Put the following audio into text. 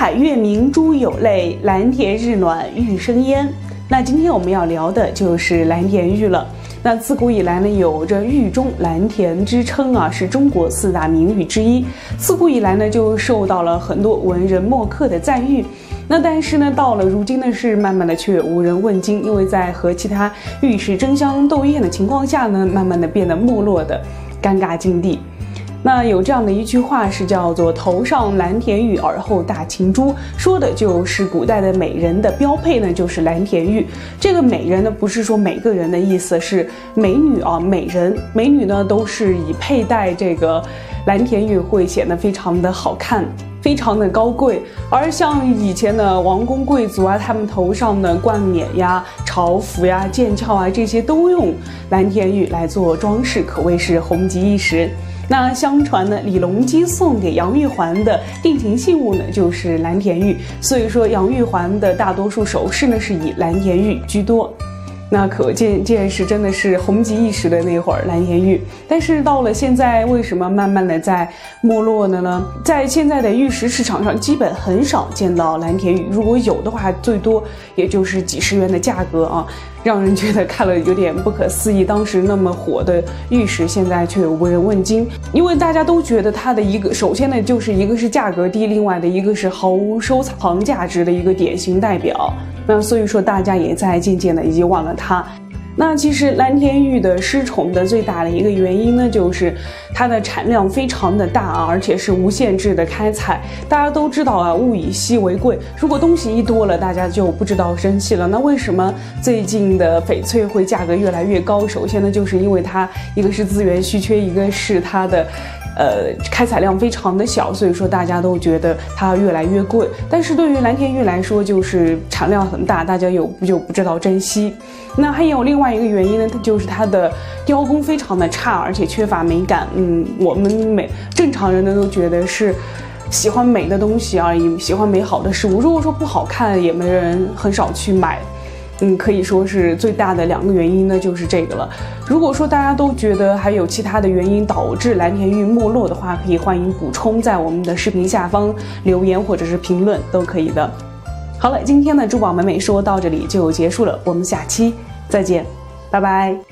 海月明珠有泪，蓝田日暖玉生烟。那今天我们要聊的就是蓝田玉了。那自古以来呢，有着玉中蓝田之称啊，是中国4大名玉之一。自古以来呢，就受到了很多文人墨客的赞誉。那但是呢，到了如今呢，是慢慢的却无人问津，因为在和其他玉石争相斗艳的情况下呢，慢慢的变得没落的尴尬境地。那有这样的一句话是叫做头上蓝田玉，耳后大晴珠，说的就是古代的美人的标配呢，就是蓝田玉。这个美人呢，不是说每个人的意思，是美女啊，美人美女呢，都是以佩戴这个蓝田玉会显得非常的好看，非常的高贵。而像以前的王公贵族啊，他们头上的冠冕呀、朝服呀、剑鞘啊，这些都用蓝田玉来做装饰，可谓是红极一时。那相传呢，李隆基送给杨玉环的定情信物呢，就是蓝田玉。所以说，杨玉环的大多数首饰呢，是以蓝田玉居多。那可见是真的是红极一时的那会儿蓝田玉。但是到了现在，为什么慢慢的在没落的呢？在现在的玉石市场上，基本很少见到蓝田玉，如果有的话，最多也就是几十元的价格啊，让人觉得看了有点不可思议。当时那么火的玉石，现在却无人问津，因为大家都觉得它的首先呢，就是一个是价格低，另外的一个是毫无收藏价值的一个典型代表。那所以说，大家也在渐渐的遗忘了它。那其实蓝田玉的失宠的最大的一个原因呢，就是它的产量非常的大啊，而且是无限制的开采。大家都知道啊，物以稀为贵，如果东西一多了，大家就不知道珍惜了。那为什么最近的翡翠会价格越来越高？首先呢，就是因为它一个是资源稀缺，一个是它的开采量非常的小，所以说大家都觉得它越来越贵。但是对于蓝田玉来说，就是产量很大，大家就不知道珍惜。那还有另外一个原因呢，就是它的雕工非常的差，而且缺乏美感。我们正常人呢都觉得是喜欢美的东西而已，喜欢美好的事物。如果说不好看，也没人很少去买。可以说是最大的2个原因呢，就是这个了。如果说大家都觉得还有其他的原因导致蓝田玉没落的话，可以欢迎补充在我们的视频下方留言或者是评论都可以的。好了，今天的珠宝美美说到这里就结束了，我们下期再见，拜拜。